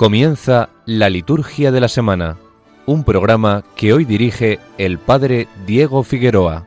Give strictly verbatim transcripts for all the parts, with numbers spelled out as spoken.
Comienza la Liturgia de la Semana, un programa que hoy dirige el Padre Diego Figueroa.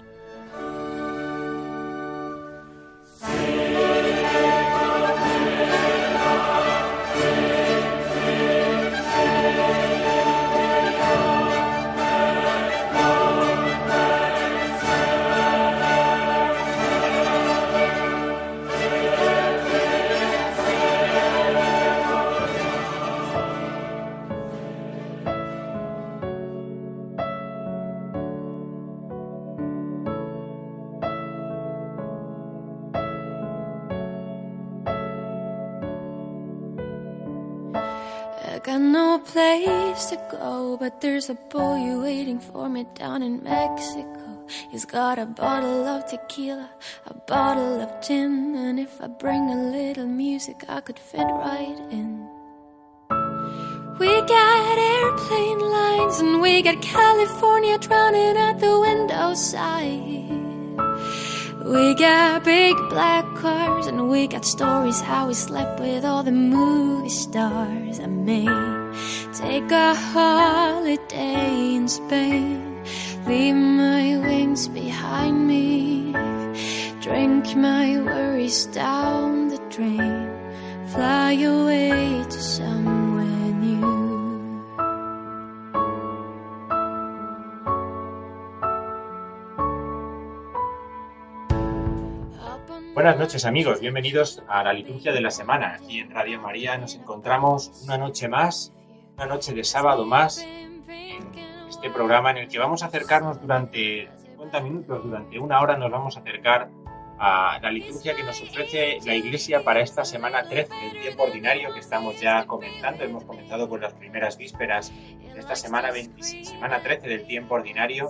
Got no place to go, but there's a boy waiting for me down in Mexico. He's got a bottle of tequila, a bottle of gin, and if I bring a little music, I could fit right in. We got airplane lines and we got California drowning at the window side. We got big black cars and we got stories how we slept with all the movie stars. I may take a holiday in Spain, leave my wings behind me, drink my worries down the drain, fly away to somewhere new. Buenas noches amigos, bienvenidos a la Liturgia de la Semana. Aquí en Radio María nos encontramos una noche más, una noche de sábado más, en este programa en el que vamos a acercarnos durante cincuenta minutos, durante una hora nos vamos a acercar a la liturgia que nos ofrece la Iglesia para esta semana trece del tiempo ordinario que estamos ya comenzando. Hemos comenzado con las primeras vísperas de esta semana, veinte, semana trece del tiempo ordinario,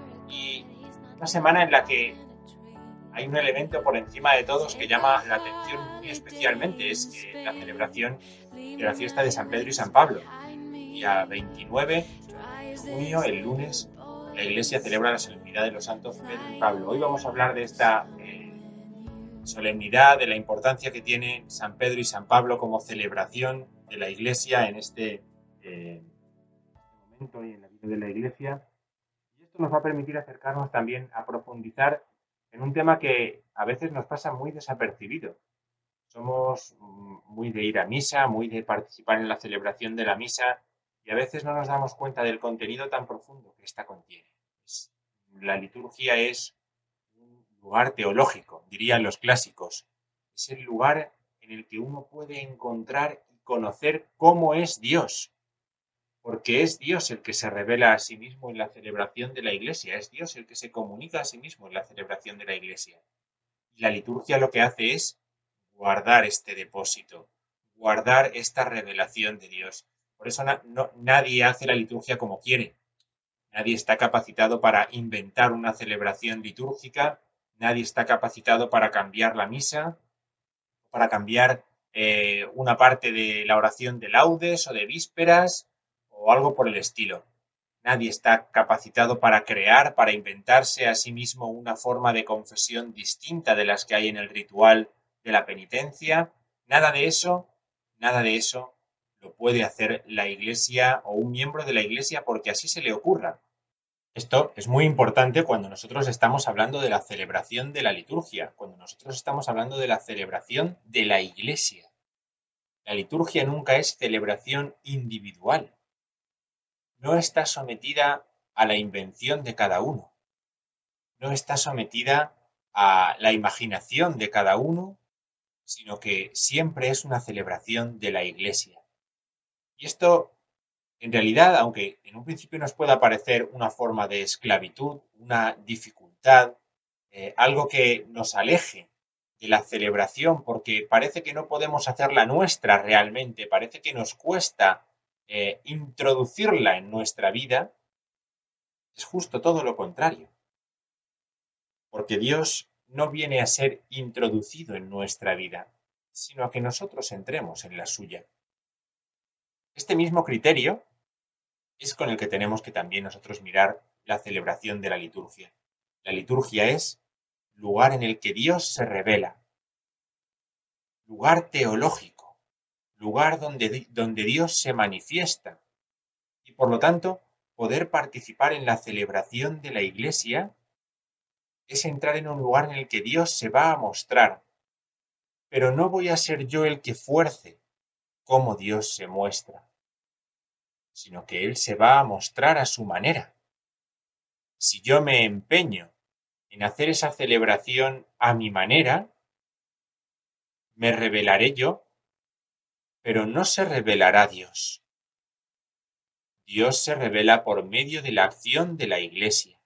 y una semana en la que hay un elemento por encima de todos que llama la atención muy especialmente, es eh, la celebración de la fiesta de San Pedro y San Pablo. Día veintinueve de junio, el lunes, la Iglesia celebra la solemnidad de los santos Pedro y Pablo. Hoy vamos a hablar de esta eh, solemnidad, de la importancia que tiene San Pedro y San Pablo como celebración de la Iglesia en este eh, momento y en la vida de la Iglesia. Y esto nos va a permitir acercarnos también a profundizar en un tema que a veces nos pasa muy desapercibido. Somos muy de ir a misa, muy de participar en la celebración de la misa, y a veces no nos damos cuenta del contenido tan profundo que ésta contiene. La liturgia es un lugar teológico, dirían los clásicos. Es el lugar en el que uno puede encontrar y conocer cómo es Dios. Porque es Dios el que se revela a sí mismo en la celebración de la Iglesia, es Dios el que se comunica a sí mismo en la celebración de la Iglesia. Y la liturgia lo que hace es guardar este depósito, guardar esta revelación de Dios. Por eso na- no, nadie hace la liturgia como quiere. Nadie está capacitado para inventar una celebración litúrgica, nadie está capacitado para cambiar la misa, para cambiar eh, una parte de la oración de laudes o de vísperas, o algo por el estilo. Nadie está capacitado para crear, para inventarse a sí mismo una forma de confesión distinta de las que hay en el ritual de la penitencia. Nada de eso, nada de eso lo puede hacer la Iglesia o un miembro de la Iglesia porque así se le ocurra. Esto es muy importante cuando nosotros estamos hablando de la celebración de la liturgia, cuando nosotros estamos hablando de la celebración de la Iglesia. La liturgia nunca es celebración individual. No está sometida a la invención de cada uno. No está sometida a la imaginación de cada uno, sino que siempre es una celebración de la Iglesia. Y esto, en realidad, aunque en un principio nos pueda parecer una forma de esclavitud, una dificultad, eh, algo que nos aleje de la celebración, porque parece que no podemos hacerla nuestra realmente, parece que nos cuesta Eh, introducirla en nuestra vida, es justo todo lo contrario. Porque Dios no viene a ser introducido en nuestra vida, sino a que nosotros entremos en la suya. Este mismo criterio es con el que tenemos que también nosotros mirar la celebración de la liturgia. La liturgia es lugar en el que Dios se revela, lugar teológico, lugar donde, donde Dios se manifiesta. Y por lo tanto, poder participar en la celebración de la Iglesia es entrar en un lugar en el que Dios se va a mostrar. Pero no voy a ser yo el que fuerce cómo Dios se muestra, sino que Él se va a mostrar a su manera. Si yo me empeño en hacer esa celebración a mi manera, me revelaré yo, pero no se revelará Dios. Dios se revela por medio de la acción de la Iglesia.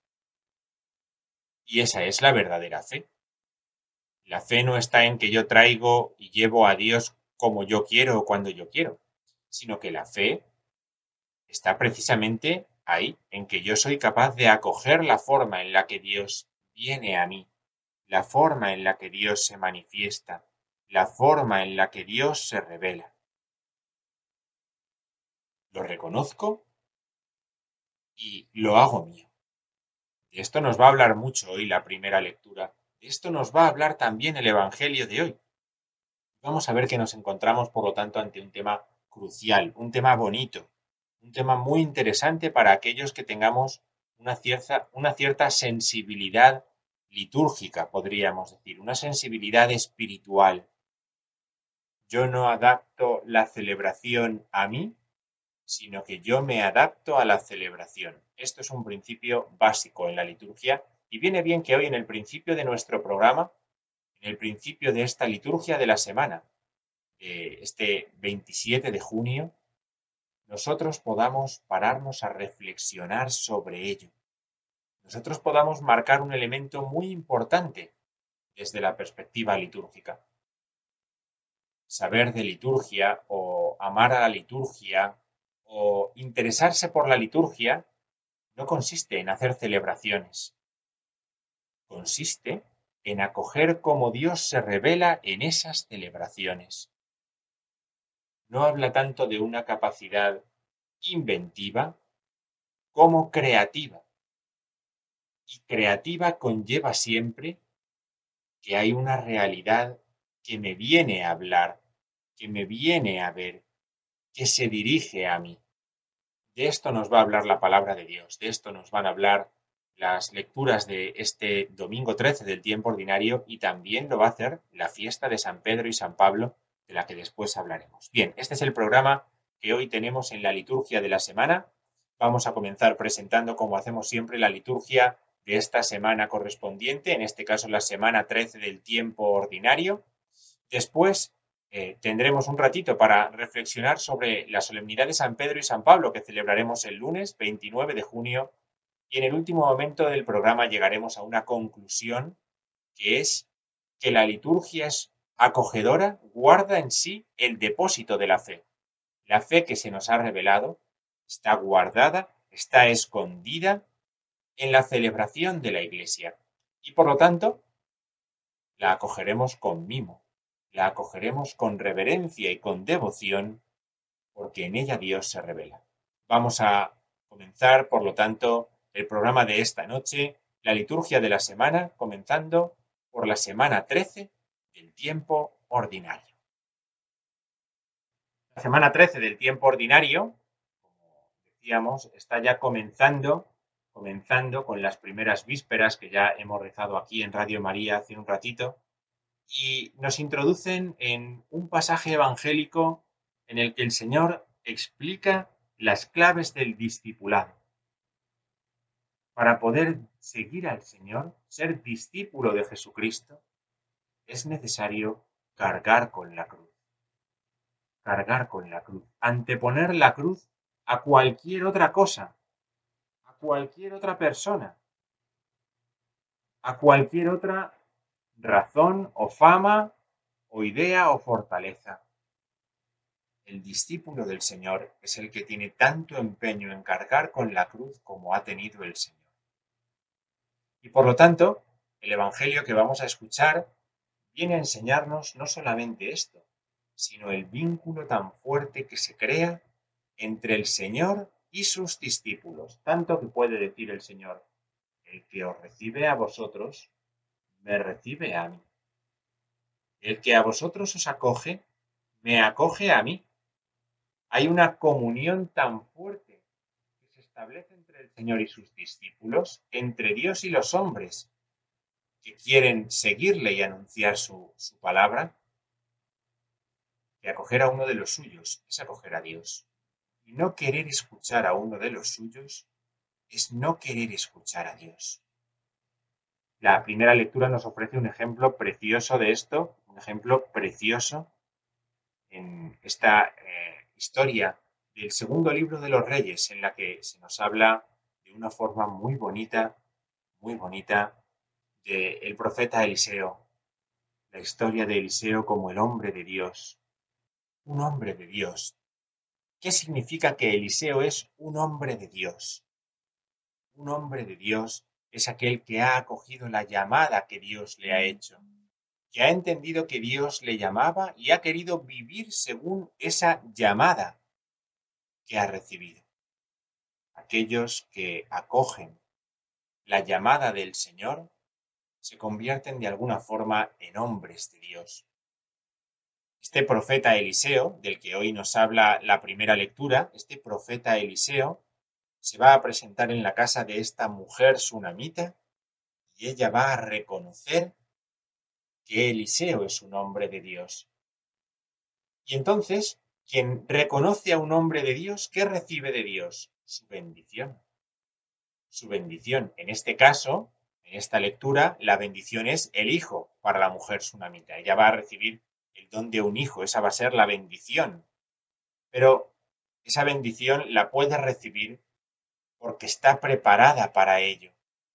Y esa es la verdadera fe. La fe no está en que yo traigo y llevo a Dios como yo quiero o cuando yo quiero, sino que la fe está precisamente ahí, en que yo soy capaz de acoger la forma en la que Dios viene a mí, la forma en la que Dios se manifiesta, la forma en la que Dios se revela. Lo reconozco y lo hago mío. De esto nos va a hablar mucho hoy la primera lectura. De esto nos va a hablar también el Evangelio de hoy. Vamos a ver que nos encontramos, por lo tanto, ante un tema crucial, un tema bonito, un tema muy interesante para aquellos que tengamos una cierta, una cierta sensibilidad litúrgica, podríamos decir, una sensibilidad espiritual. Yo no adapto la celebración a mí, sino que yo me adapto a la celebración. Esto es un principio básico en la liturgia y viene bien que hoy en el principio de nuestro programa, en el principio de esta liturgia de la semana, de este veintisiete de junio, nosotros podamos pararnos a reflexionar sobre ello. Nosotros podamos marcar un elemento muy importante desde la perspectiva litúrgica. Saber de liturgia o amar a la liturgia o interesarse por la liturgia no consiste en hacer celebraciones. Consiste en acoger cómo Dios se revela en esas celebraciones. No habla tanto de una capacidad inventiva como creativa. Y creativa conlleva siempre que hay una realidad que me viene a hablar, que me viene a ver, que se dirige a mí. De esto nos va a hablar la palabra de Dios, de esto nos van a hablar las lecturas de este domingo trece del tiempo ordinario y también lo va a hacer la fiesta de San Pedro y San Pablo, de la que después hablaremos. Bien, este es el programa que hoy tenemos en la liturgia de la semana. Vamos a comenzar presentando, como hacemos siempre, la liturgia de esta semana correspondiente, en este caso la semana trece del tiempo ordinario. Después eh, tendremos un ratito para reflexionar sobre la solemnidad de San Pedro y San Pablo que celebraremos el lunes veintinueve de junio y en el último momento del programa llegaremos a una conclusión que es que la liturgia es acogedora, guarda en sí el depósito de la fe. La fe que se nos ha revelado está guardada, está escondida en la celebración de la Iglesia y por lo tanto la acogeremos con mimo. La acogeremos con reverencia y con devoción, porque en ella Dios se revela. Vamos a comenzar, por lo tanto, el programa de esta noche, la liturgia de la semana, comenzando por la semana trece del tiempo ordinario. La semana trece del tiempo ordinario, como decíamos, está ya comenzando, comenzando con las primeras vísperas que ya hemos rezado aquí en Radio María hace un ratito, y nos introducen en un pasaje evangélico en el que el Señor explica las claves del discipulado. Para poder seguir al Señor, ser discípulo de Jesucristo, es necesario cargar con la cruz. Cargar con la cruz. Anteponer la cruz a cualquier otra cosa, a cualquier otra persona, a cualquier otra razón o fama o idea o fortaleza. El discípulo del Señor es el que tiene tanto empeño en cargar con la cruz como ha tenido el Señor. Y por lo tanto, el Evangelio que vamos a escuchar viene a enseñarnos no solamente esto, sino el vínculo tan fuerte que se crea entre el Señor y sus discípulos. Tanto que puede decir el Señor, el que os recibe a vosotros, me recibe a mí. El que a vosotros os acoge, me acoge a mí. Hay una comunión tan fuerte que se establece entre el Señor y sus discípulos, entre Dios y los hombres que quieren seguirle y anunciar su, su palabra, que acoger a uno de los suyos es acoger a Dios. Y no querer escuchar a uno de los suyos es no querer escuchar a Dios. La primera lectura nos ofrece un ejemplo precioso de esto, un ejemplo precioso en esta eh, historia del segundo libro de los Reyes, en la que se nos habla de una forma muy bonita, muy bonita, del profeta Eliseo, la historia de Eliseo como el hombre de Dios, un hombre de Dios. ¿Qué significa que Eliseo es un hombre de Dios? Un hombre de Dios es aquel que ha acogido la llamada que Dios le ha hecho, que ha entendido que Dios le llamaba y ha querido vivir según esa llamada que ha recibido. Aquellos que acogen la llamada del Señor se convierten de alguna forma en hombres de Dios. Este profeta Eliseo, del que hoy nos habla la primera lectura, este profeta Eliseo se va a presentar en la casa de esta mujer sunamita y ella va a reconocer que Eliseo es un hombre de Dios. Y entonces, quien reconoce a un hombre de Dios, ¿qué recibe de Dios? Su bendición. Su bendición. En este caso, en esta lectura, la bendición es el hijo para la mujer sunamita. Ella va a recibir el don de un hijo, esa va a ser la bendición. Pero esa bendición la puede recibir porque está preparada para ello.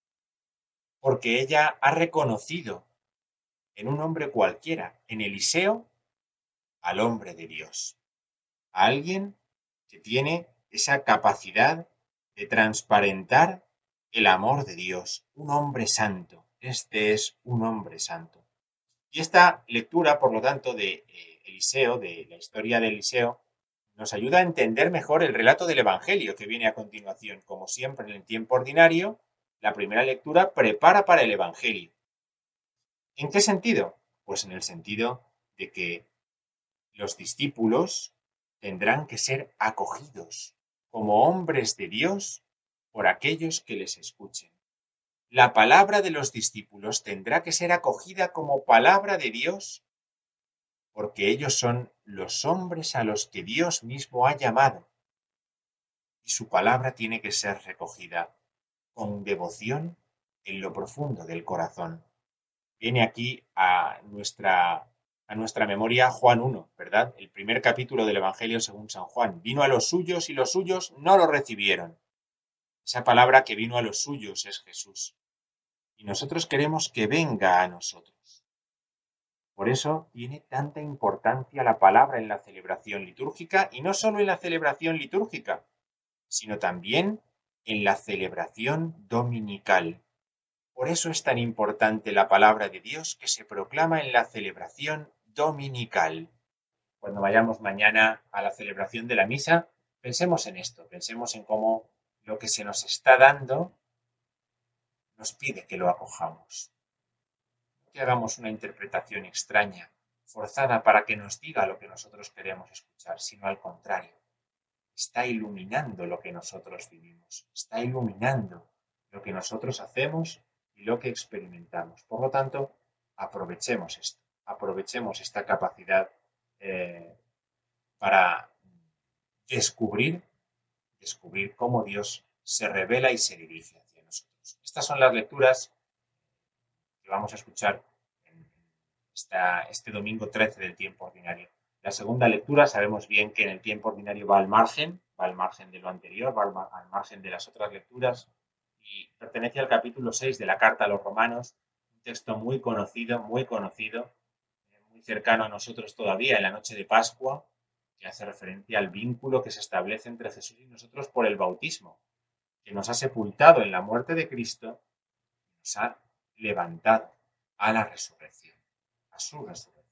Porque ella ha reconocido en un hombre cualquiera, en Eliseo, al hombre de Dios. A alguien que tiene esa capacidad de transparentar el amor de Dios, un hombre santo. Este es un hombre santo. Y esta lectura, por lo tanto, de eh, Eliseo, de la historia de Eliseo, nos ayuda a entender mejor el relato del Evangelio que viene a continuación. Como siempre en el tiempo ordinario, la primera lectura prepara para el Evangelio. ¿En qué sentido? Pues en el sentido de que los discípulos tendrán que ser acogidos como hombres de Dios por aquellos que les escuchen. La palabra de los discípulos tendrá que ser acogida como palabra de Dios porque ellos son los hombres a los que Dios mismo ha llamado y su palabra tiene que ser recogida con devoción en lo profundo del corazón. Viene aquí a nuestra, a nuestra memoria Juan uno, ¿verdad? El primer capítulo del Evangelio según San Juan. Vino a los suyos y los suyos no lo recibieron. Esa palabra que vino a los suyos es Jesús. Y nosotros queremos que venga a nosotros. Por eso tiene tanta importancia la palabra en la celebración litúrgica, y no solo en la celebración litúrgica, sino también en la celebración dominical. Por eso es tan importante la palabra de Dios que se proclama en la celebración dominical. Cuando vayamos mañana a la celebración de la misa, pensemos en esto, pensemos en cómo lo que se nos está dando nos pide que lo acojamos. No que hagamos una interpretación extraña, forzada para que nos diga lo que nosotros queremos escuchar, sino al contrario. Está iluminando lo que nosotros vivimos, está iluminando lo que nosotros hacemos y lo que experimentamos. Por lo tanto, aprovechemos esto, aprovechemos esta capacidad eh, para descubrir, descubrir cómo Dios se revela y se dirige hacia nosotros. Estas son las lecturas que vamos a escuchar en esta, este domingo trece del tiempo ordinario. La segunda lectura sabemos bien que en el tiempo ordinario va al margen, va al margen de lo anterior, va al, mar, al margen de las otras lecturas y pertenece al capítulo seis de la Carta a los Romanos, un texto muy conocido, muy conocido, muy cercano a nosotros todavía en la noche de Pascua, que hace referencia al vínculo que se establece entre Jesús y nosotros por el bautismo, que nos ha sepultado en la muerte de Cristo y nos ha levantado a la resurrección, a su resurrección.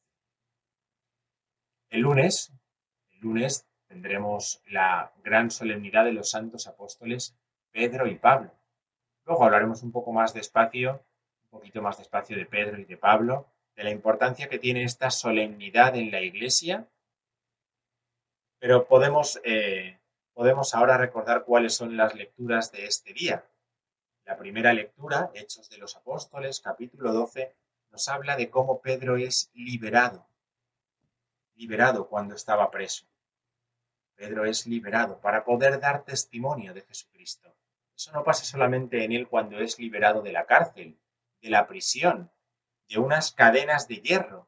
El lunes, el lunes tendremos la gran solemnidad de los santos apóstoles Pedro y Pablo. Luego hablaremos un poco más despacio, un poquito más despacio de Pedro y de Pablo, de la importancia que tiene esta solemnidad en la Iglesia Pero podemos, eh, podemos ahora recordar cuáles son las lecturas de este día. La primera lectura, Hechos de los Apóstoles, capítulo doce, nos habla de cómo Pedro es liberado, liberado cuando estaba preso. Pedro es liberado para poder dar testimonio de Jesucristo. Eso no pasa solamente en él cuando es liberado de la cárcel, de la prisión, de unas cadenas de hierro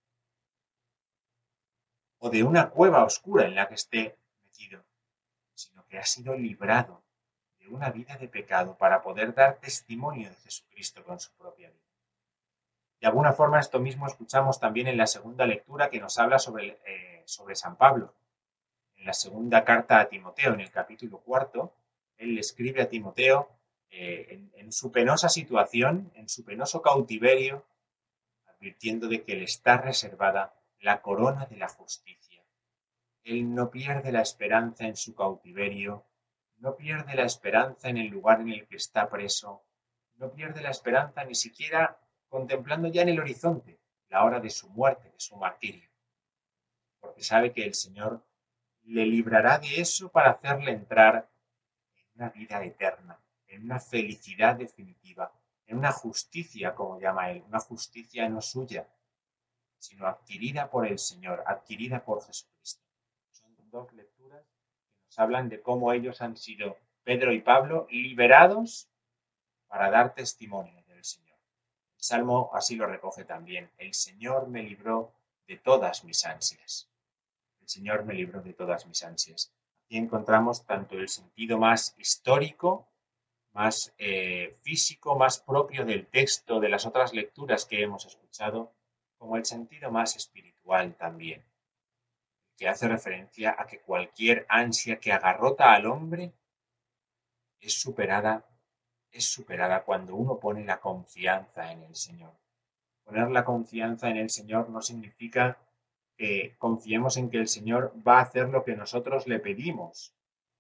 o de una cueva oscura en la que esté metido, sino que ha sido librado de una vida de pecado para poder dar testimonio de Jesucristo con su propia vida. De alguna forma esto mismo escuchamos también en la segunda lectura que nos habla sobre, eh, sobre San Pablo. En la segunda carta a Timoteo, en el capítulo cuarto, él le escribe a Timoteo eh, en, en su penosa situación, en su penoso cautiverio, advirtiendo de que le está reservada la corona de la justicia. Él no pierde la esperanza en su cautiverio, no pierde la esperanza en el lugar en el que está preso, no pierde la esperanza ni siquiera contemplando ya en el horizonte la hora de su muerte, de su martirio, porque sabe que el Señor le librará de eso para hacerle entrar en una vida eterna, en una felicidad definitiva, en una justicia, como llama él, una justicia no suya, sino adquirida por el Señor, adquirida por Jesucristo. Son dos lecturas que nos hablan de cómo ellos han sido, Pedro y Pablo, liberados para dar testimonio del Señor. El Salmo así lo recoge también. El Señor me libró de todas mis ansias. El Señor me libró de todas mis ansias. Aquí encontramos tanto el sentido más histórico, más eh, físico, más propio del texto, de las otras lecturas que hemos escuchado, como el sentido más espiritual también, que hace referencia a que cualquier ansia que agarrota al hombre es superada, es superada cuando uno pone la confianza en el Señor. Poner la confianza en el Señor no significa que confiemos en que el Señor va a hacer lo que nosotros le pedimos.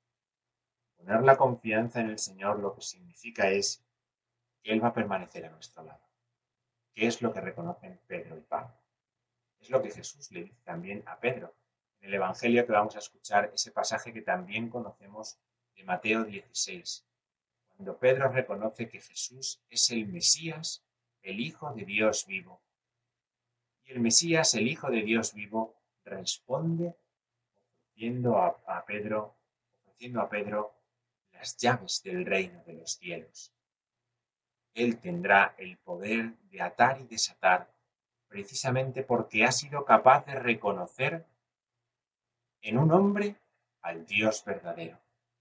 Poner la confianza en el Señor lo que significa es que Él va a permanecer a nuestro lado. ¿Qué es lo que reconocen Pedro y Pablo? Es lo que Jesús le dice también a Pedro. En el Evangelio que vamos a escuchar, ese pasaje que también conocemos de Mateo dieciséis, cuando Pedro reconoce que Jesús es el Mesías, el Hijo de Dios vivo. Y el Mesías, el Hijo de Dios vivo, responde ofreciendo a, a Pedro, ofreciendo a Pedro las llaves del reino de los cielos. Él tendrá el poder de atar y desatar, precisamente porque ha sido capaz de reconocer en un hombre al Dios verdadero,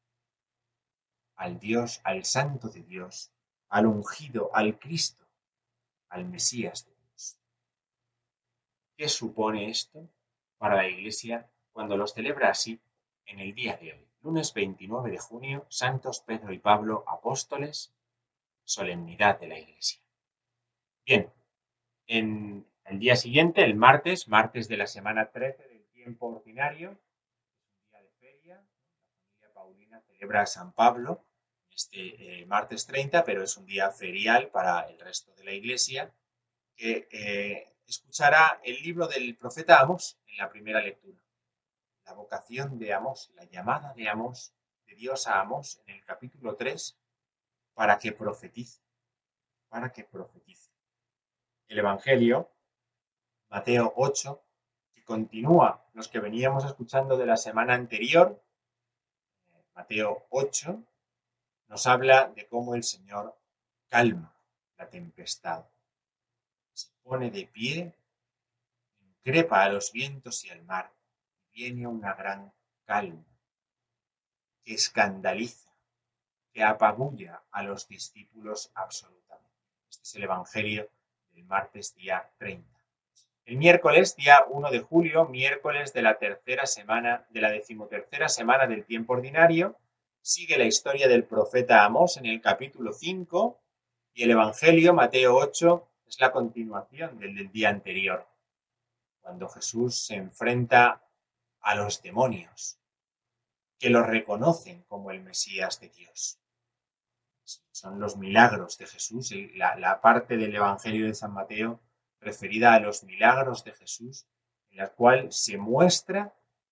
al Dios, al Santo de Dios, al ungido, al Cristo, al Mesías de Dios. ¿Qué supone esto para la Iglesia cuando los celebra así en el día de hoy? Lunes veintinueve de junio, Santos Pedro y Pablo, apóstoles, solemnidad de la Iglesia. Bien, en el día siguiente, el martes, martes de la semana trece del tiempo ordinario, es un día de feria, la familia Paulina celebra a San Pablo este eh, martes treinta, pero es un día ferial para el resto de la Iglesia, que eh, escuchará el libro del profeta Amós en la primera lectura. La vocación de Amós, la llamada de Amós, de Dios a Amós en el capítulo tres, para que profetice, para que profetice. El Evangelio, Mateo ocho, que continúa los que veníamos escuchando de la semana anterior, Mateo ocho, nos habla de cómo el Señor calma la tempestad. Se pone de pie, increpa a los vientos y al mar, y viene una gran calma que escandaliza, que apabulla a los discípulos absolutamente. Este es el Evangelio del martes día treinta. El miércoles, día uno de julio, miércoles de la tercera semana, de la decimotercera semana del tiempo ordinario, sigue la historia del profeta Amós en el capítulo cinco, y el Evangelio, Mateo ocho, es la continuación del del día anterior, cuando Jesús se enfrenta a los demonios, que lo reconocen como el Mesías de Dios. Son los milagros de Jesús, la, la parte del Evangelio de San Mateo referida a los milagros de Jesús, en la cual se muestra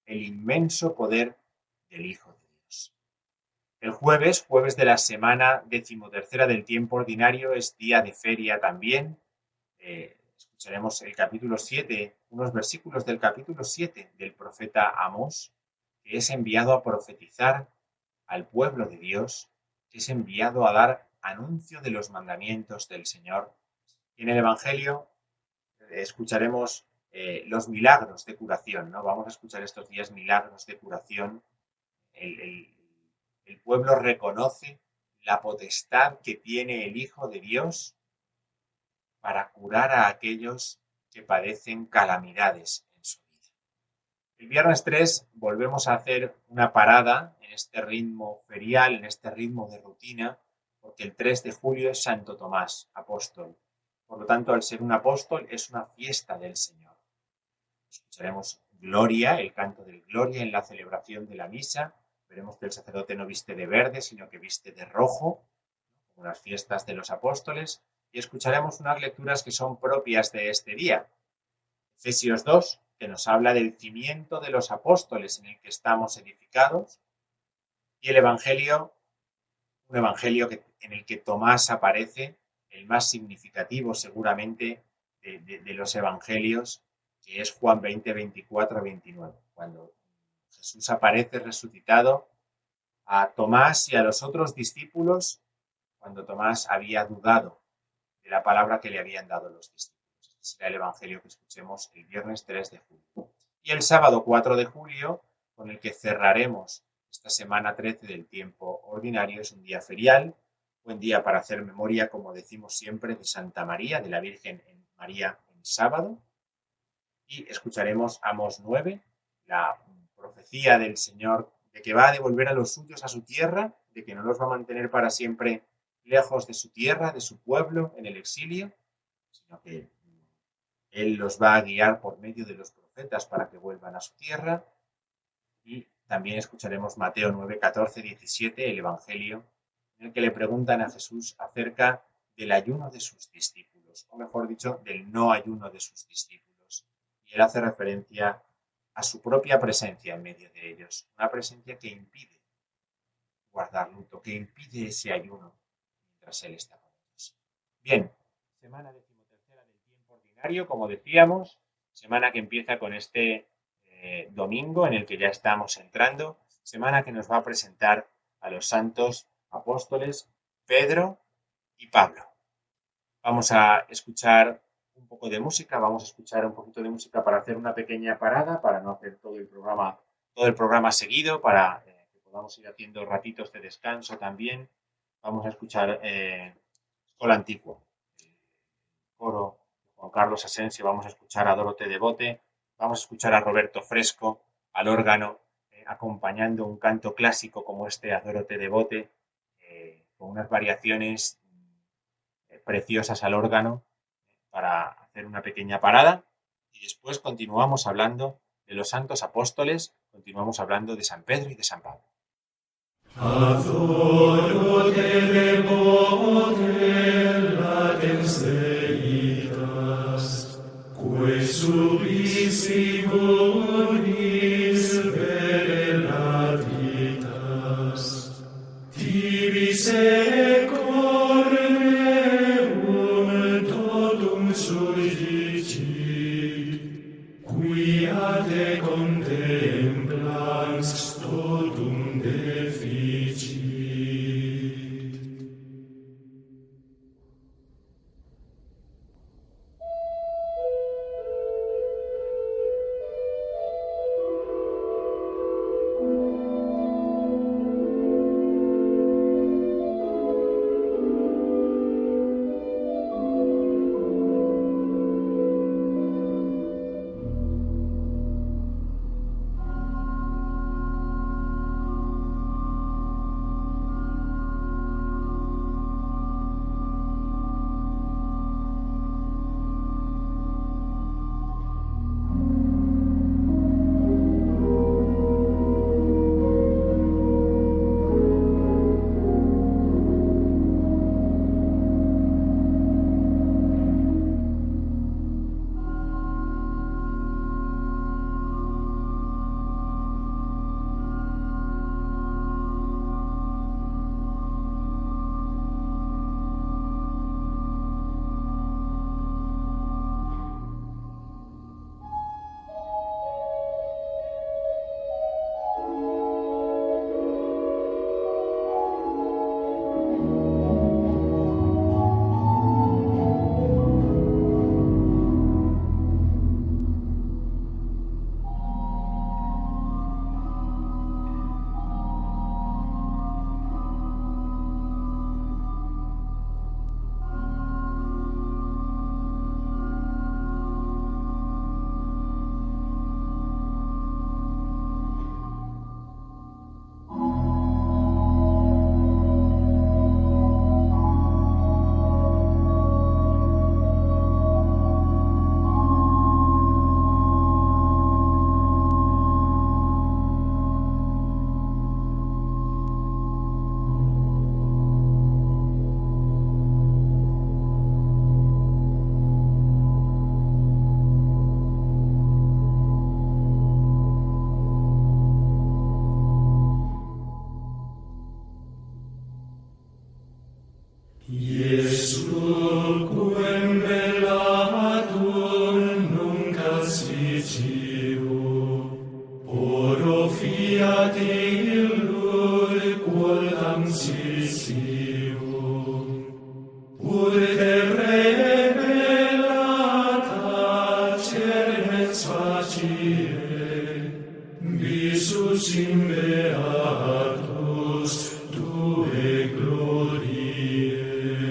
el inmenso poder del Hijo de Dios. El jueves, jueves de la semana decimotercera del tiempo ordinario, es día de feria también. Eh, escucharemos el capítulo siete, unos versículos del capítulo siete del profeta Amós, que es enviado a profetizar al pueblo de Dios, que es enviado a dar anuncio de los mandamientos del Señor. Y en el Evangelio eh, escucharemos eh, los milagros de curación, ¿no? Vamos a escuchar estos días milagros de curación. El, el, el pueblo reconoce la potestad que tiene el Hijo de Dios para curar a aquellos que padecen calamidades en su vida. El viernes tres volvemos a hacer una parada en este ritmo ferial, en este ritmo de rutina, porque el tres de julio es Santo Tomás, apóstol. Por lo tanto, al ser un apóstol, es una fiesta del Señor. Escucharemos Gloria, el canto del Gloria en la celebración de la misa. Veremos que el sacerdote no viste de verde, sino que viste de rojo, como las fiestas de los apóstoles. Y escucharemos unas lecturas que son propias de este día. Efesios dos, que nos habla del cimiento de los apóstoles en el que estamos edificados. Y el Evangelio, un Evangelio que, en el que Tomás aparece, el más significativo seguramente de, de, de los Evangelios, que es Juan veinte, veinticuatro a veintinueve, cuando Jesús aparece resucitado a Tomás y a los otros discípulos, cuando Tomás había dudado de la palabra que le habían dado los discípulos. Este será el Evangelio que escuchemos el viernes tres de julio. Y el sábado cuatro de julio, con el que cerraremos esta semana trece del tiempo ordinario, es un día ferial, buen día para hacer memoria, como decimos siempre, de Santa María, de la Virgen en María en sábado. Y escucharemos Amós nueve, la profecía del Señor de que va a devolver a los suyos a su tierra, de que no los va a mantener para siempre lejos de su tierra, de su pueblo, en el exilio, sino que Él los va a guiar por medio de los profetas para que vuelvan a su tierra. Y también escucharemos Mateo nueve, catorce, diecisiete, el Evangelio, en el que le preguntan a Jesús acerca del ayuno de sus discípulos, o mejor dicho, del no ayuno de sus discípulos. Y Él hace referencia a su propia presencia en medio de ellos, una presencia que impide guardar luto, que impide ese ayuno mientras Él está con ellos. Bien, semana decimotercera del tiempo ordinario, como decíamos, semana que empieza con este eh, domingo en el que ya estamos entrando, semana que nos va a presentar a los santos apóstoles Pedro y Pablo. Vamos a escuchar un poco de música, vamos a escuchar un poquito de música para hacer una pequeña parada, para no hacer todo el programa, todo el programa seguido, para eh, que podamos ir haciendo ratitos de descanso también. Vamos a escuchar eh, Escola Antigua, el coro de Juan Carlos Asensio, vamos a escuchar a Dorote Devote, vamos a escuchar a Roberto Fresco al órgano, eh, acompañando un canto clásico como este a Dorote Devote, eh, con unas variaciones eh, preciosas al órgano, para hacer una pequeña parada y después continuamos hablando de los santos apóstoles, continuamos hablando de San Pedro y de San Pablo. in beatus tue gloriae.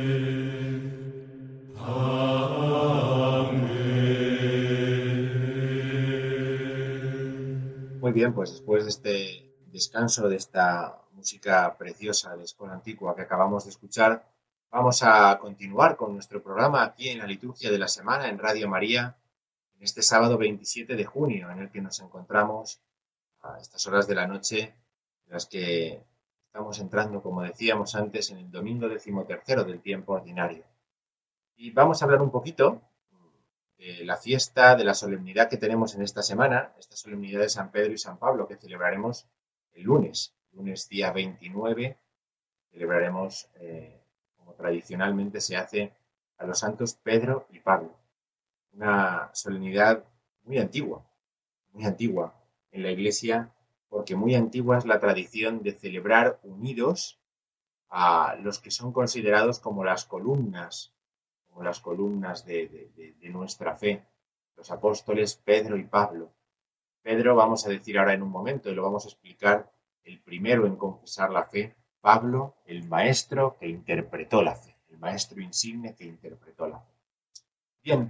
Amen. Muy bien, pues después de este descanso, de esta música preciosa de Escola Antigua que acabamos de escuchar, vamos a continuar con nuestro programa aquí en la Liturgia de la Semana en Radio María, en este sábado veintisiete de junio, en el que nos encontramos a estas horas de la noche, en las que estamos entrando, como decíamos antes, en el domingo decimotercero del tiempo ordinario. Y vamos a hablar un poquito de la fiesta, de la solemnidad que tenemos en esta semana, esta solemnidad de San Pedro y San Pablo, que celebraremos el lunes, lunes día veintinueve, celebraremos, eh, como tradicionalmente se hace, a los santos Pedro y Pablo. Una solemnidad muy antigua, muy antigua en la Iglesia, porque muy antigua es la tradición de celebrar unidos a los que son considerados como las columnas, como las columnas de, de, de, de nuestra fe, los apóstoles Pedro y Pablo. Pedro, vamos a decir ahora en un momento, y lo vamos a explicar, el primero en confesar la fe, Pablo, el maestro que interpretó la fe, el maestro insigne que interpretó la fe. Bien,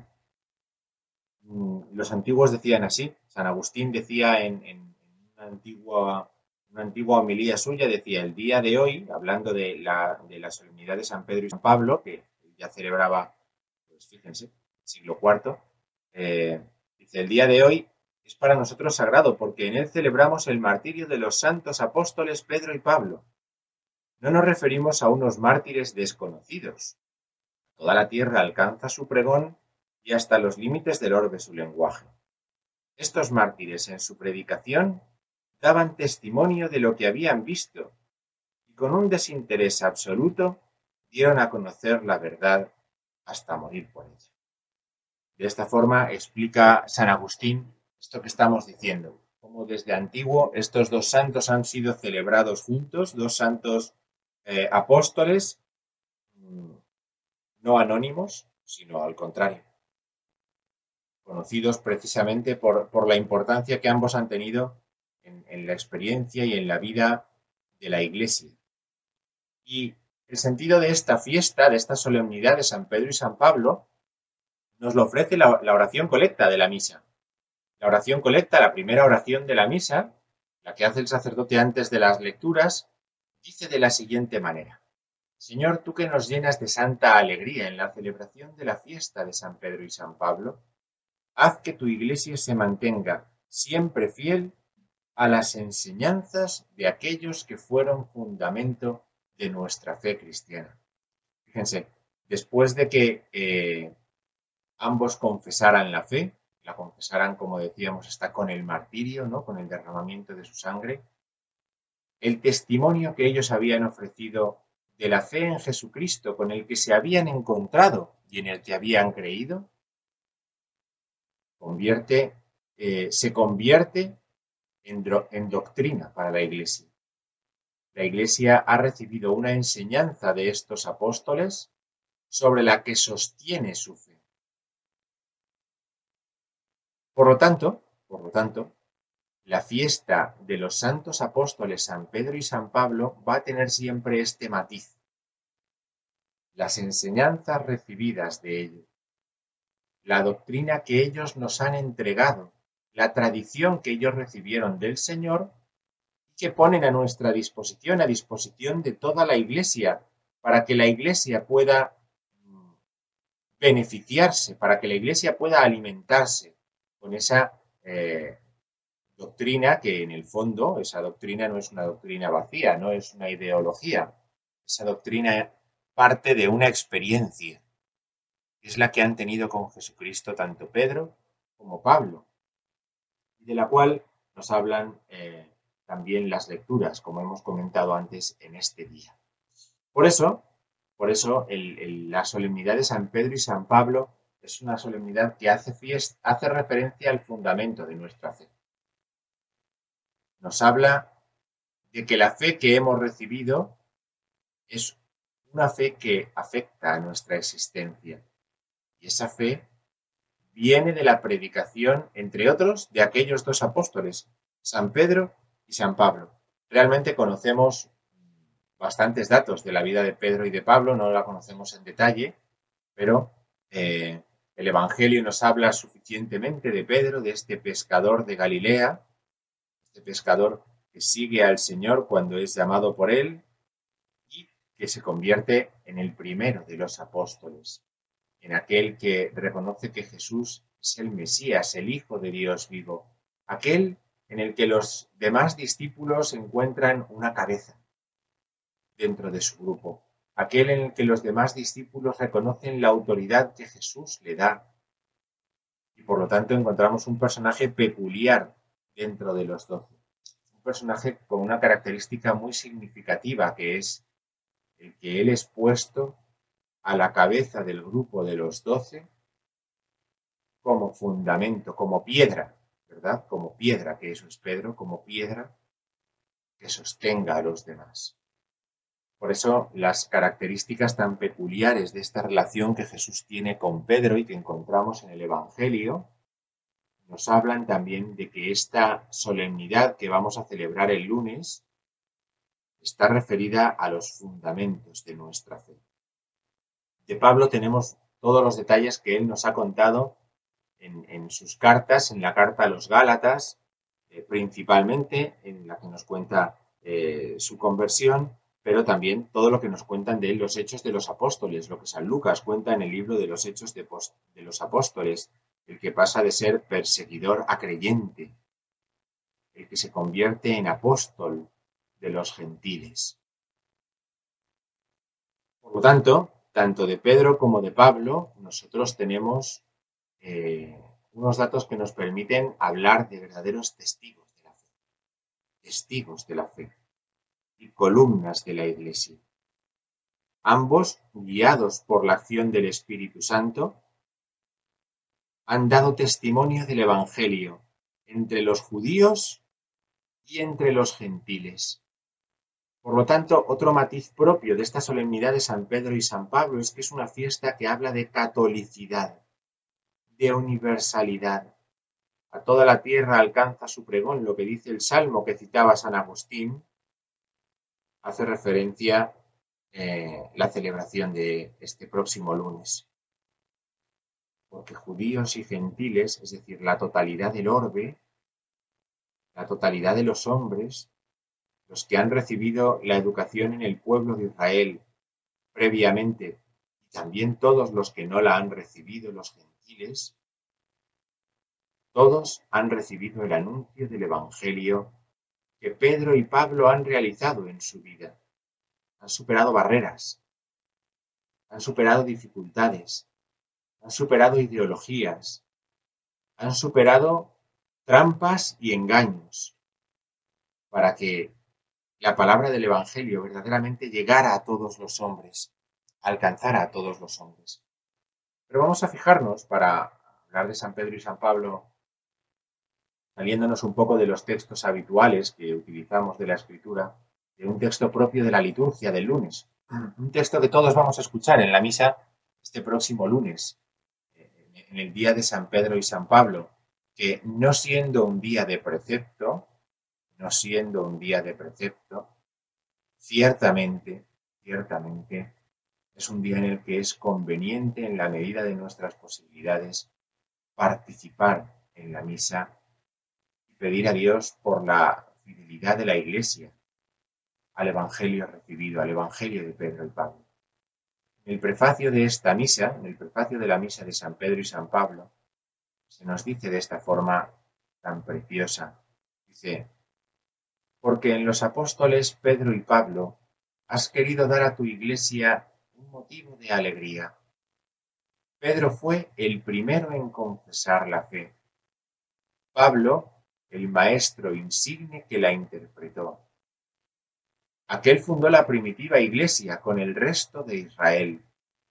los antiguos decían así. San Agustín decía en, en una, antigua, una antigua homilía suya, decía, el día de hoy, hablando de la, de la solemnidad de San Pedro y San Pablo, que ya celebraba, pues fíjense, siglo cuarto, eh, dice, el día de hoy es para nosotros sagrado, porque en él celebramos el martirio de los santos apóstoles Pedro y Pablo. No nos referimos a unos mártires desconocidos. Toda la tierra alcanza su pregón y hasta los límites del orbe su lenguaje. Estos mártires en su predicación daban testimonio de lo que habían visto y con un desinterés absoluto dieron a conocer la verdad hasta morir por ella. De esta forma explica San Agustín esto que estamos diciendo, como desde antiguo estos dos santos han sido celebrados juntos, dos santos eh, apóstoles, no anónimos, sino al contrario, conocidos precisamente por, por la importancia que ambos han tenido en, en la experiencia y en la vida de la Iglesia. Y el sentido de esta fiesta, de esta solemnidad de San Pedro y San Pablo, nos lo ofrece la, la oración colecta de la misa. La oración colecta, la primera oración de la misa, la que hace el sacerdote antes de las lecturas, dice de la siguiente manera: Señor, tú que nos llenas de santa alegría en la celebración de la fiesta de San Pedro y San Pablo, haz que tu Iglesia se mantenga siempre fiel a las enseñanzas de aquellos que fueron fundamento de nuestra fe cristiana. Fíjense, después de que eh, ambos confesaran la fe, la confesaran, como decíamos, hasta con el martirio, ¿no? Con el derramamiento de su sangre, el testimonio que ellos habían ofrecido de la fe en Jesucristo, con el que se habían encontrado y en el que habían creído, convierte, eh, se convierte en, do, en doctrina para la Iglesia. La Iglesia ha recibido una enseñanza de estos apóstoles sobre la que sostiene su fe. Por lo tanto, por lo tanto, la fiesta de los santos apóstoles San Pedro y San Pablo va a tener siempre este matiz: las enseñanzas recibidas de ellos, la doctrina que ellos nos han entregado, la tradición que ellos recibieron del Señor y que ponen a nuestra disposición, a disposición de toda la Iglesia, para que la Iglesia pueda beneficiarse, para que la Iglesia pueda alimentarse con esa eh, doctrina que en el fondo, esa doctrina no es una doctrina vacía, no es una ideología. Esa doctrina parte de una experiencia. Es la que han tenido con Jesucristo tanto Pedro como Pablo, y de la cual nos hablan eh, también las lecturas, como hemos comentado antes en este día. Por eso, por eso el, el, la solemnidad de San Pedro y San Pablo es una solemnidad que hace, fiesta, hace referencia al fundamento de nuestra fe. Nos habla de que la fe que hemos recibido es una fe que afecta a nuestra existencia. Y esa fe viene de la predicación, entre otros, de aquellos dos apóstoles, San Pedro y San Pablo. Realmente conocemos bastantes datos de la vida de Pedro y de Pablo, no la conocemos en detalle, pero eh, el Evangelio nos habla suficientemente de Pedro, de este pescador de Galilea, este pescador que sigue al Señor cuando es llamado por él y que se convierte en el primero de los apóstoles, en aquel que reconoce que Jesús es el Mesías, el Hijo de Dios vivo, aquel en el que los demás discípulos encuentran una cabeza dentro de su grupo, aquel en el que los demás discípulos reconocen la autoridad que Jesús le da. Y por lo tanto encontramos un personaje peculiar dentro de los doce. Un personaje con una característica muy significativa, que es el que él es puesto a la cabeza del grupo de los doce como fundamento, como piedra, ¿verdad? Como piedra, que eso es Pedro, como piedra que sostenga a los demás. Por eso las características tan peculiares de esta relación que Jesús tiene con Pedro y que encontramos en el Evangelio nos hablan también de que esta solemnidad que vamos a celebrar el lunes está referida a los fundamentos de nuestra fe. De Pablo tenemos todos los detalles que él nos ha contado en, en sus cartas, en la carta a los Gálatas, eh, principalmente en la que nos cuenta eh, su conversión, pero también todo lo que nos cuentan de él los Hechos de los Apóstoles, lo que San Lucas cuenta en el libro de los Hechos de, de los Apóstoles, el que pasa de ser perseguidor a creyente, el que se convierte en apóstol de los gentiles. Por lo tanto, tanto de Pedro como de Pablo, nosotros tenemos eh, unos datos que nos permiten hablar de verdaderos testigos de la fe, testigos de la fe y columnas de la Iglesia. Ambos, guiados por la acción del Espíritu Santo, han dado testimonio del Evangelio entre los judíos y entre los gentiles. Por lo tanto, otro matiz propio de esta solemnidad de San Pedro y San Pablo es que es una fiesta que habla de catolicidad, de universalidad. A toda la tierra alcanza su pregón, lo que dice el Salmo que citaba San Agustín, hace referencia eh, la celebración de este próximo lunes. Porque judíos y gentiles, es decir, la totalidad del orbe, la totalidad de los hombres, los que han recibido la educación en el pueblo de Israel previamente, y también todos los que no la han recibido, los gentiles, todos han recibido el anuncio del Evangelio que Pedro y Pablo han realizado en su vida. Han superado barreras, han superado dificultades, han superado ideologías, han superado trampas y engaños para que la palabra del Evangelio verdaderamente llegara a todos los hombres, alcanzara a todos los hombres. Pero vamos a fijarnos, para hablar de San Pedro y San Pablo, saliéndonos un poco de los textos habituales que utilizamos de la Escritura, de un texto propio de la liturgia del lunes. Un texto que todos vamos a escuchar en la misa este próximo lunes, en el día de San Pedro y San Pablo, que no siendo un día de precepto, no siendo un día de precepto, ciertamente, ciertamente, es un día en el que es conveniente, en la medida de nuestras posibilidades, participar en la misa y pedir a Dios por la fidelidad de la Iglesia al Evangelio recibido, al Evangelio de Pedro y Pablo. En el prefacio de esta misa, en el prefacio de la misa de San Pedro y San Pablo, se nos dice de esta forma tan preciosa, dice: porque en los apóstoles Pedro y Pablo has querido dar a tu Iglesia un motivo de alegría. Pedro fue el primero en confesar la fe. Pablo, el maestro insigne que la interpretó. Aquel fundó la primitiva Iglesia con el resto de Israel.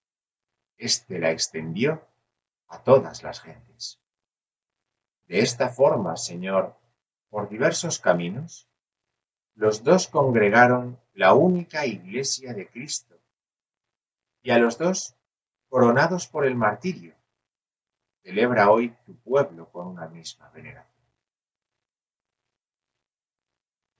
Este la extendió a todas las gentes. De esta forma, Señor, por diversos caminos, los dos congregaron la única Iglesia de Cristo, y a los dos, coronados por el martirio, celebra hoy tu pueblo con una misma veneración.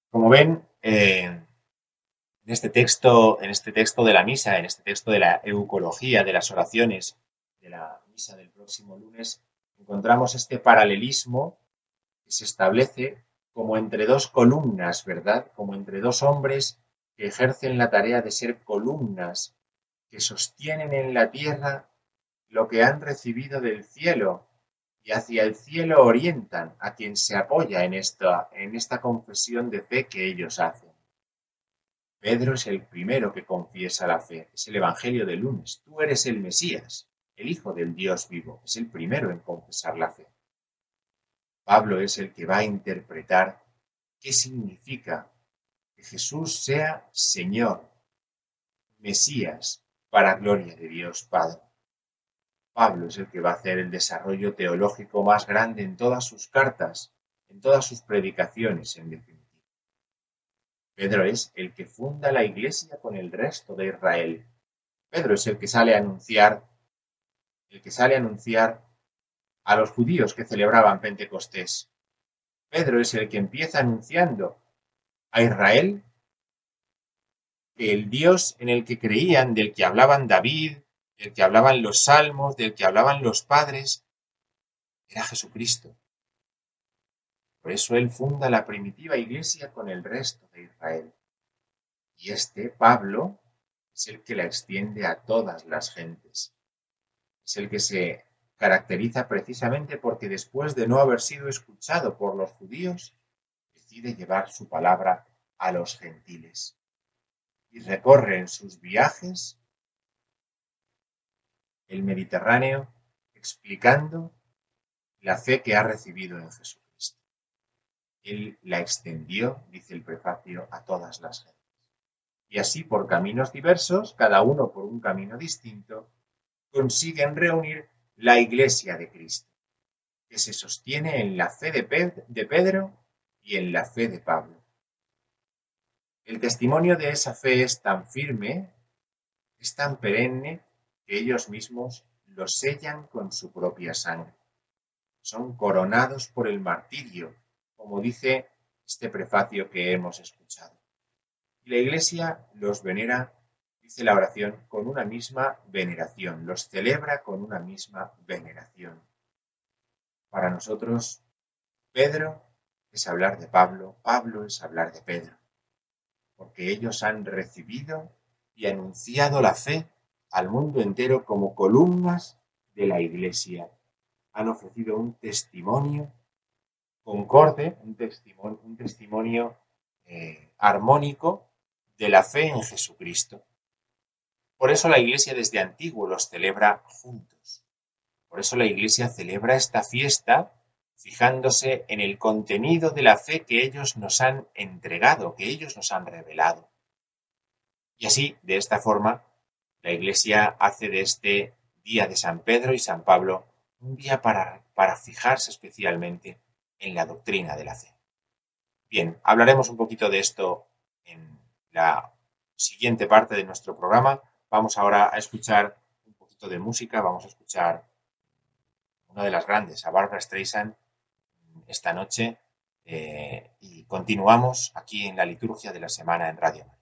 Como ven, eh, en este texto, en este texto de la misa, en este texto de la eucología, de las oraciones de la misa del próximo lunes, encontramos este paralelismo que se establece como entre dos columnas, ¿verdad? Como entre dos hombres que ejercen la tarea de ser columnas, que sostienen en la tierra lo que han recibido del cielo y hacia el cielo orientan a quien se apoya en esta, en esta confesión de fe que ellos hacen. Pedro es el primero que confiesa la fe, es el Evangelio del lunes. Tú eres el Mesías, el Hijo del Dios vivo, es el primero en confesar la fe. Pablo es el que va a interpretar qué significa que Jesús sea Señor, Mesías, para gloria de Dios Padre. Pablo es el que va a hacer el desarrollo teológico más grande en todas sus cartas, en todas sus predicaciones, en definitiva. Pedro es el que funda la Iglesia con el resto de Israel. Pedro es el que sale a anunciar, el que sale a anunciar a los judíos que celebraban Pentecostés. Pedro es el que empieza anunciando a Israel que el Dios en el que creían, del que hablaban David, del que hablaban los salmos, del que hablaban los padres, era Jesucristo. Por eso él funda la primitiva iglesia con el resto de Israel. Y este, Pablo, es el que la extiende a todas las gentes. Es el que se caracteriza precisamente porque después de no haber sido escuchado por los judíos, decide llevar su palabra a los gentiles. Y recorre en sus viajes el Mediterráneo explicando la fe que ha recibido en Jesucristo. Él la extendió, dice el prefacio, a todas las gentes. Y así, por caminos diversos, cada uno por un camino distinto, consiguen reunir la Iglesia de Cristo, que se sostiene en la fe de Pedro y en la fe de Pablo. El testimonio de esa fe es tan firme, es tan perenne, que ellos mismos lo sellan con su propia sangre. Son coronados por el martirio, como dice este prefacio que hemos escuchado. Y la Iglesia los venera, dice la oración, con una misma veneración, los celebra con una misma veneración. Para nosotros, Pedro es hablar de Pablo, Pablo es hablar de Pedro, porque ellos han recibido y anunciado la fe al mundo entero como columnas de la Iglesia. Han ofrecido un testimonio concorde, un testimonio, un testimonio eh, armónico de la fe en Jesucristo. Por eso la Iglesia desde antiguo los celebra juntos. Por eso la Iglesia celebra esta fiesta fijándose en el contenido de la fe que ellos nos han entregado, que ellos nos han revelado. Y así, de esta forma, la Iglesia hace de este día de San Pedro y San Pablo un día para, para fijarse especialmente en la doctrina de la fe. Bien, hablaremos un poquito de esto en la siguiente parte de nuestro programa. Vamos ahora a escuchar un poquito de música, vamos a escuchar una de las grandes, a Barbra Streisand, esta noche, eh, y continuamos aquí en la liturgia de la semana en Radio María.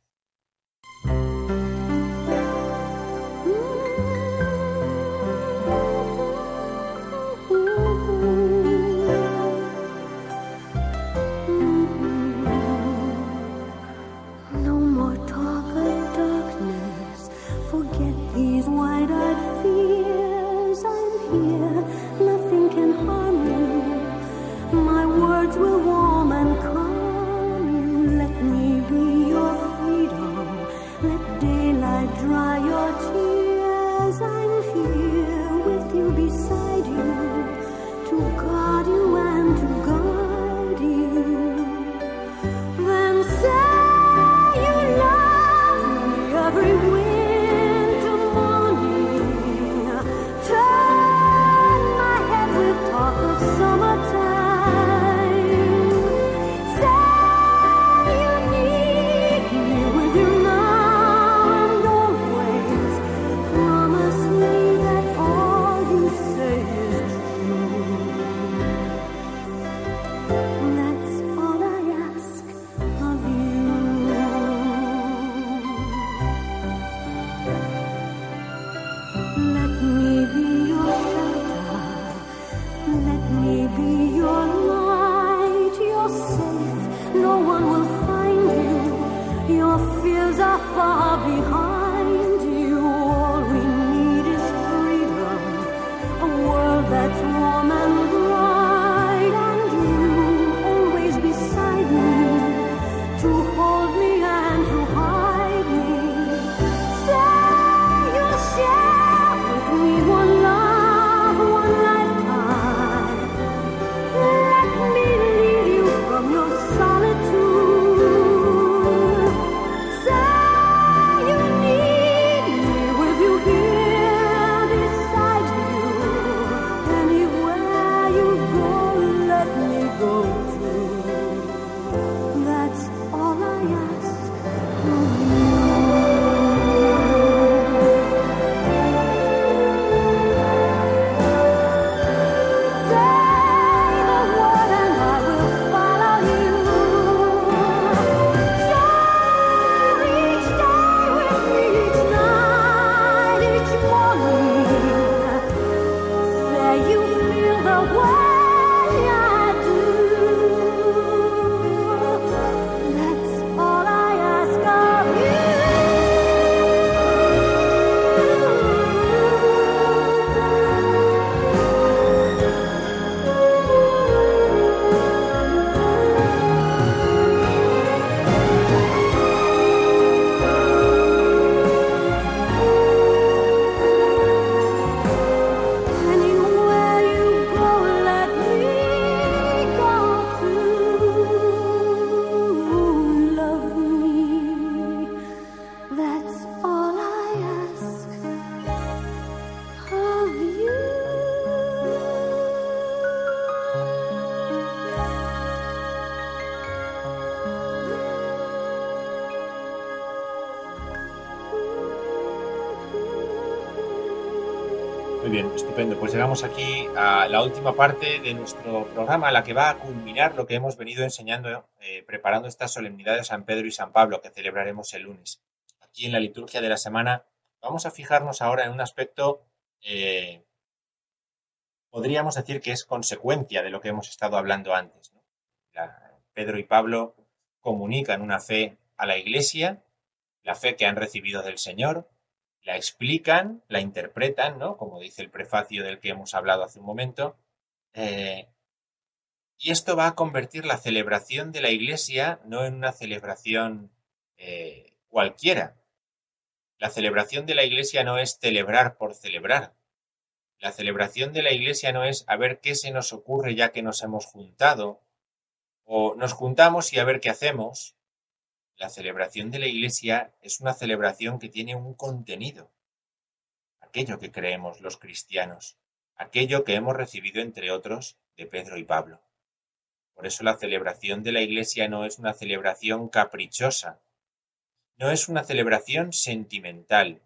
Muy bien, estupendo. Pues llegamos aquí a la última parte de nuestro programa, la que va a culminar lo que hemos venido enseñando, eh, preparando esta solemnidad de San Pedro y San Pablo, que celebraremos el lunes. Aquí en la liturgia de la semana vamos a fijarnos ahora en un aspecto, eh, podríamos decir que es consecuencia de lo que hemos estado hablando antes, ¿no? La- Pedro y Pablo comunican una fe a la Iglesia, la fe que han recibido del Señor, la explican, la interpretan, ¿no? Como dice el prefacio del que hemos hablado hace un momento, eh, y esto va a convertir la celebración de la Iglesia no en una celebración eh, cualquiera. La celebración de la Iglesia no es celebrar por celebrar. La celebración de la Iglesia no es a ver qué se nos ocurre ya que nos hemos juntado, o nos juntamos y a ver qué hacemos. La celebración de la Iglesia es una celebración que tiene un contenido, aquello que creemos los cristianos, aquello que hemos recibido, entre otros, de Pedro y Pablo. Por eso la celebración de la Iglesia no es una celebración caprichosa, no es una celebración sentimental,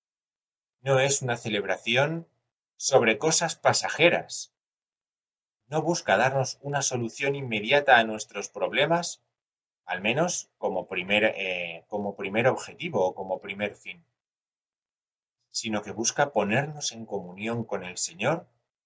no es una celebración sobre cosas pasajeras, no busca darnos una solución inmediata a nuestros problemas, al menos como primer, eh, como primer objetivo o como primer fin, sino que busca ponernos en comunión con el Señor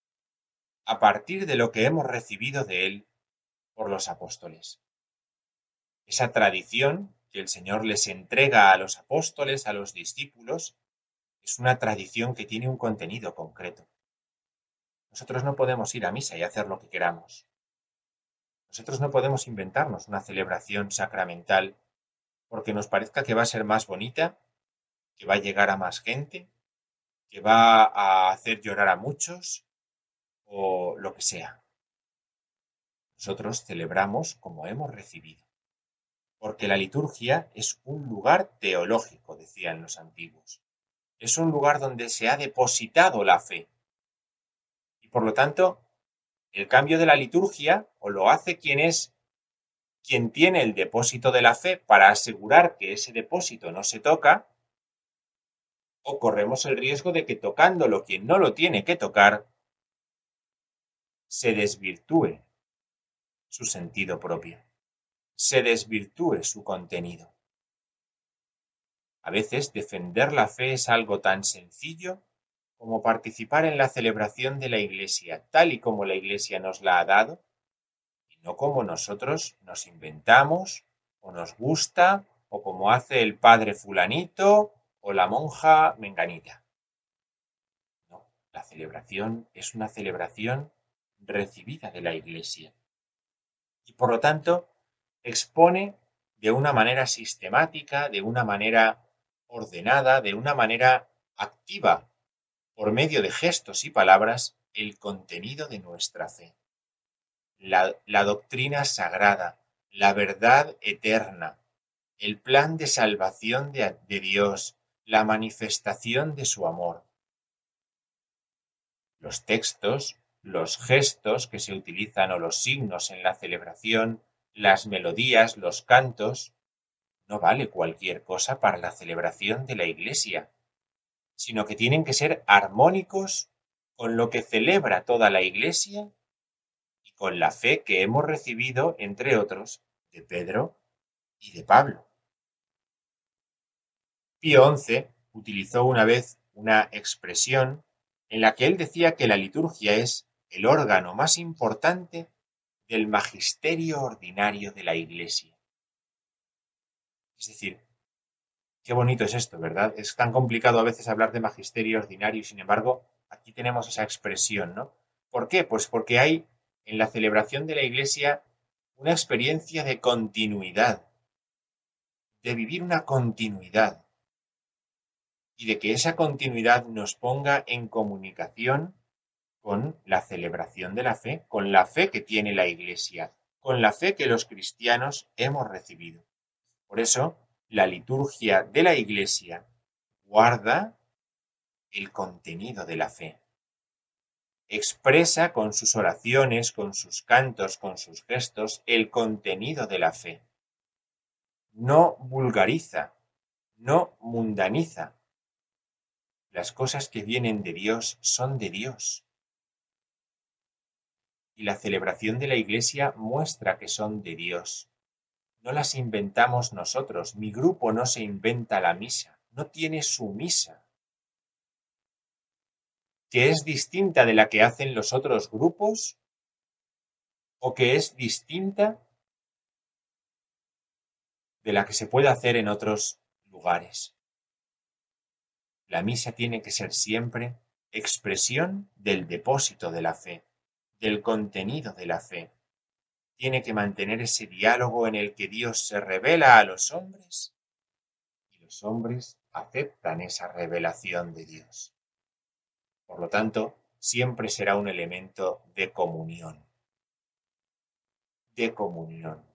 a partir de lo que hemos recibido de Él por los apóstoles. Esa tradición que el Señor les entrega a los apóstoles, a los discípulos, es una tradición que tiene un contenido concreto. Nosotros no podemos ir a misa y hacer lo que queramos. Nosotros no podemos inventarnos una celebración sacramental porque nos parezca que va a ser más bonita, que va a llegar a más gente, que va a hacer llorar a muchos o lo que sea. Nosotros celebramos como hemos recibido, porque la liturgia es un lugar teológico, decían los antiguos. Es un lugar donde se ha depositado la fe. Y por lo tanto, el cambio de la liturgia o lo hace quien es quien tiene el depósito de la fe para asegurar que ese depósito no se toca, o corremos el riesgo de que tocándolo quien no lo tiene que tocar, se desvirtúe su sentido propio, se desvirtúe su contenido. A veces defender la fe es algo tan sencillo como participar en la celebración de la Iglesia, tal y como la Iglesia nos la ha dado, y no como nosotros nos inventamos, o nos gusta, o como hace el padre fulanito, o la monja menganita. No, la celebración es una celebración recibida de la Iglesia. Y por lo tanto, expone de una manera sistemática, de una manera ordenada, de una manera activa, por medio de gestos y palabras, el contenido de nuestra fe. La, la doctrina sagrada, la verdad eterna, el plan de salvación de, de Dios, la manifestación de su amor. Los textos, los gestos que se utilizan o los signos en la celebración, las melodías, los cantos, no vale cualquier cosa para la celebración de la Iglesia, sino que tienen que ser armónicos con lo que celebra toda la Iglesia y con la fe que hemos recibido, entre otros, de Pedro y de Pablo. Pío once utilizó una vez una expresión en la que él decía que la liturgia es el órgano más importante del magisterio ordinario de la Iglesia. Es decir, qué bonito es esto, ¿verdad? Es tan complicado a veces hablar de magisterio ordinario y sin embargo aquí tenemos esa expresión, ¿no? ¿Por qué? Pues porque hay en la celebración de la Iglesia una experiencia de continuidad, de vivir una continuidad y de que esa continuidad nos ponga en comunicación con la celebración de la fe, con la fe que tiene la Iglesia, con la fe que los cristianos hemos recibido. Por eso, la liturgia de la Iglesia guarda el contenido de la fe. Expresa con sus oraciones, con sus cantos, con sus gestos, el contenido de la fe. No vulgariza, no mundaniza. Las cosas que vienen de Dios son de Dios. Y la celebración de la Iglesia muestra que son de Dios. No las inventamos nosotros. Mi grupo no se inventa la misa. No tiene su misa, que es distinta de la que hacen los otros grupos o que es distinta de la que se puede hacer en otros lugares. La misa tiene que ser siempre expresión del depósito de la fe, del contenido de la fe. Tiene que mantener ese diálogo en el que Dios se revela a los hombres y los hombres aceptan esa revelación de Dios. Por lo tanto, siempre será un elemento de comunión. De comunión.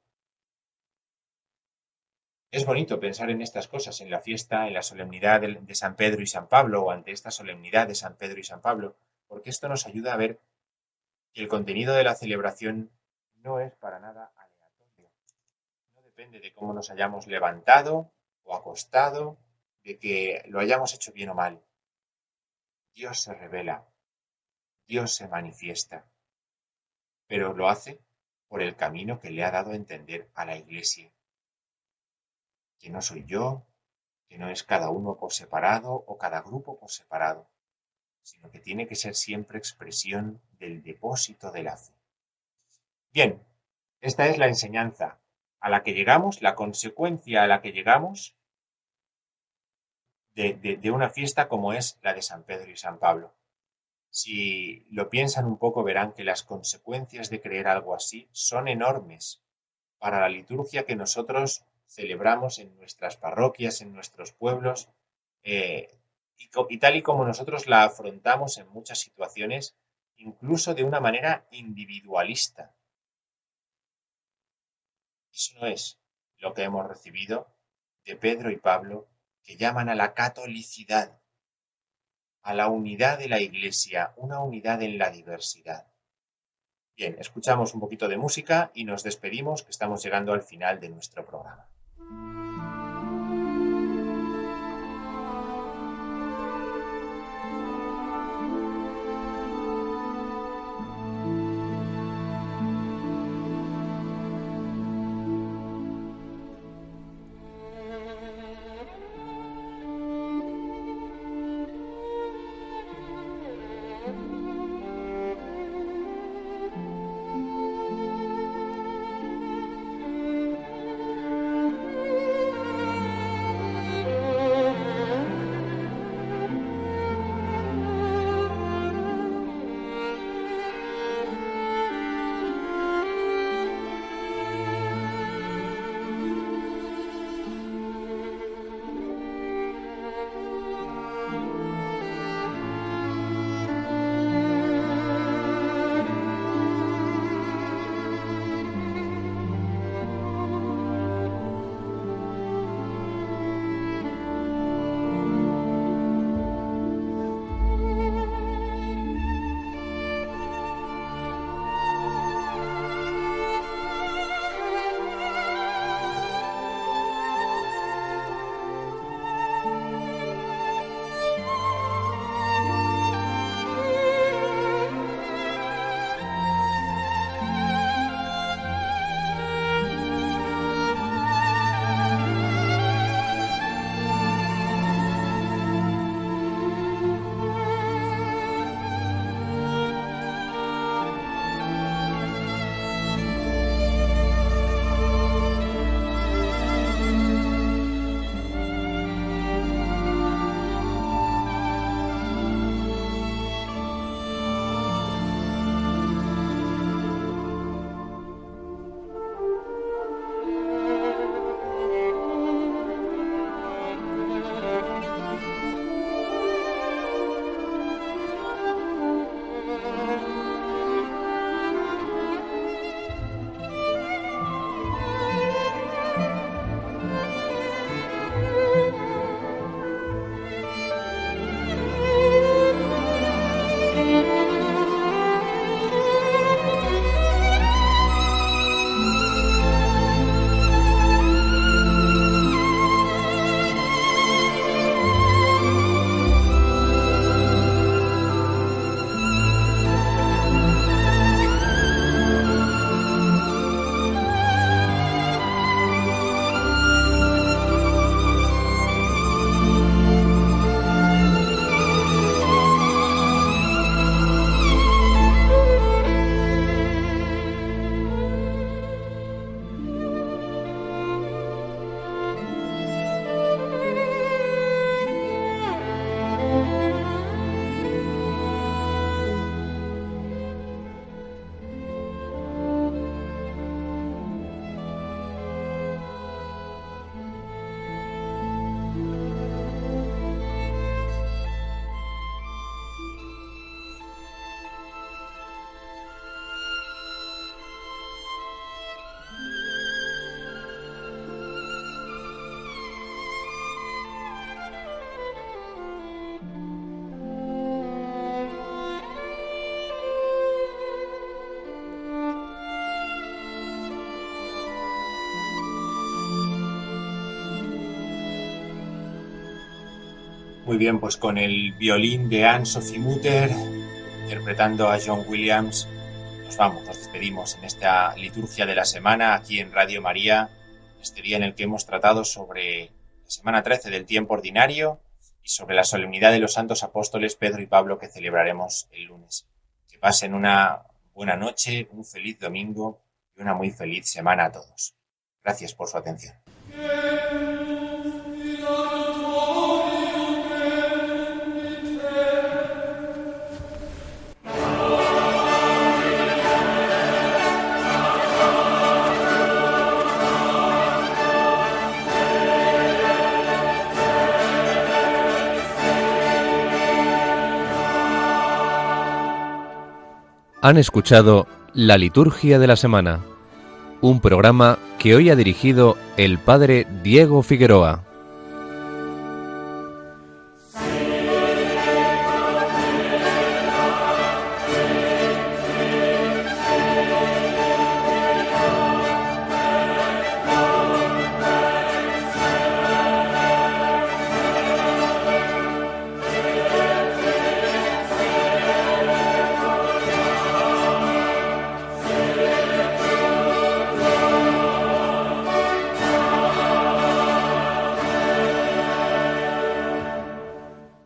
Es bonito pensar en estas cosas en la fiesta, en la solemnidad de San Pedro y San Pablo, o ante esta solemnidad de San Pedro y San Pablo, porque esto nos ayuda a ver que el contenido de la celebración no es para nada aleatorio. No depende de cómo nos hayamos levantado o acostado, de que lo hayamos hecho bien o mal. Dios se revela, Dios se manifiesta, pero lo hace por el camino que le ha dado a entender a la Iglesia. Que no soy yo, que no es cada uno por separado o cada grupo por separado, sino que tiene que ser siempre expresión del depósito de la fe. Bien, esta es la enseñanza a la que llegamos, la consecuencia a la que llegamos de, de, de una fiesta como es la de San Pedro y San Pablo. Si lo piensan un poco, verán que las consecuencias de creer algo así son enormes para la liturgia que nosotros celebramos en nuestras parroquias, en nuestros pueblos, eh, y, y tal y como nosotros la afrontamos en muchas situaciones, incluso de una manera individualista. Eso no es lo que hemos recibido de Pedro y Pablo, que llaman a la catolicidad, a la unidad de la Iglesia, una unidad en la diversidad. Bien, escuchamos un poquito de música y nos despedimos, que estamos llegando al final de nuestro programa. Muy bien, pues con el violín de Anne-Sophie Mutter, interpretando a John Williams, nos vamos, nos despedimos en esta liturgia de la semana aquí en Radio María, este día en el que hemos tratado sobre la semana trece del tiempo ordinario y sobre la solemnidad de los santos apóstoles Pedro y Pablo que celebraremos el lunes. Que pasen una buena noche, un feliz domingo y una muy feliz semana a todos. Gracias por su atención. Han escuchado La Liturgia de la Semana, un programa que hoy ha dirigido el padre Diego Figueroa.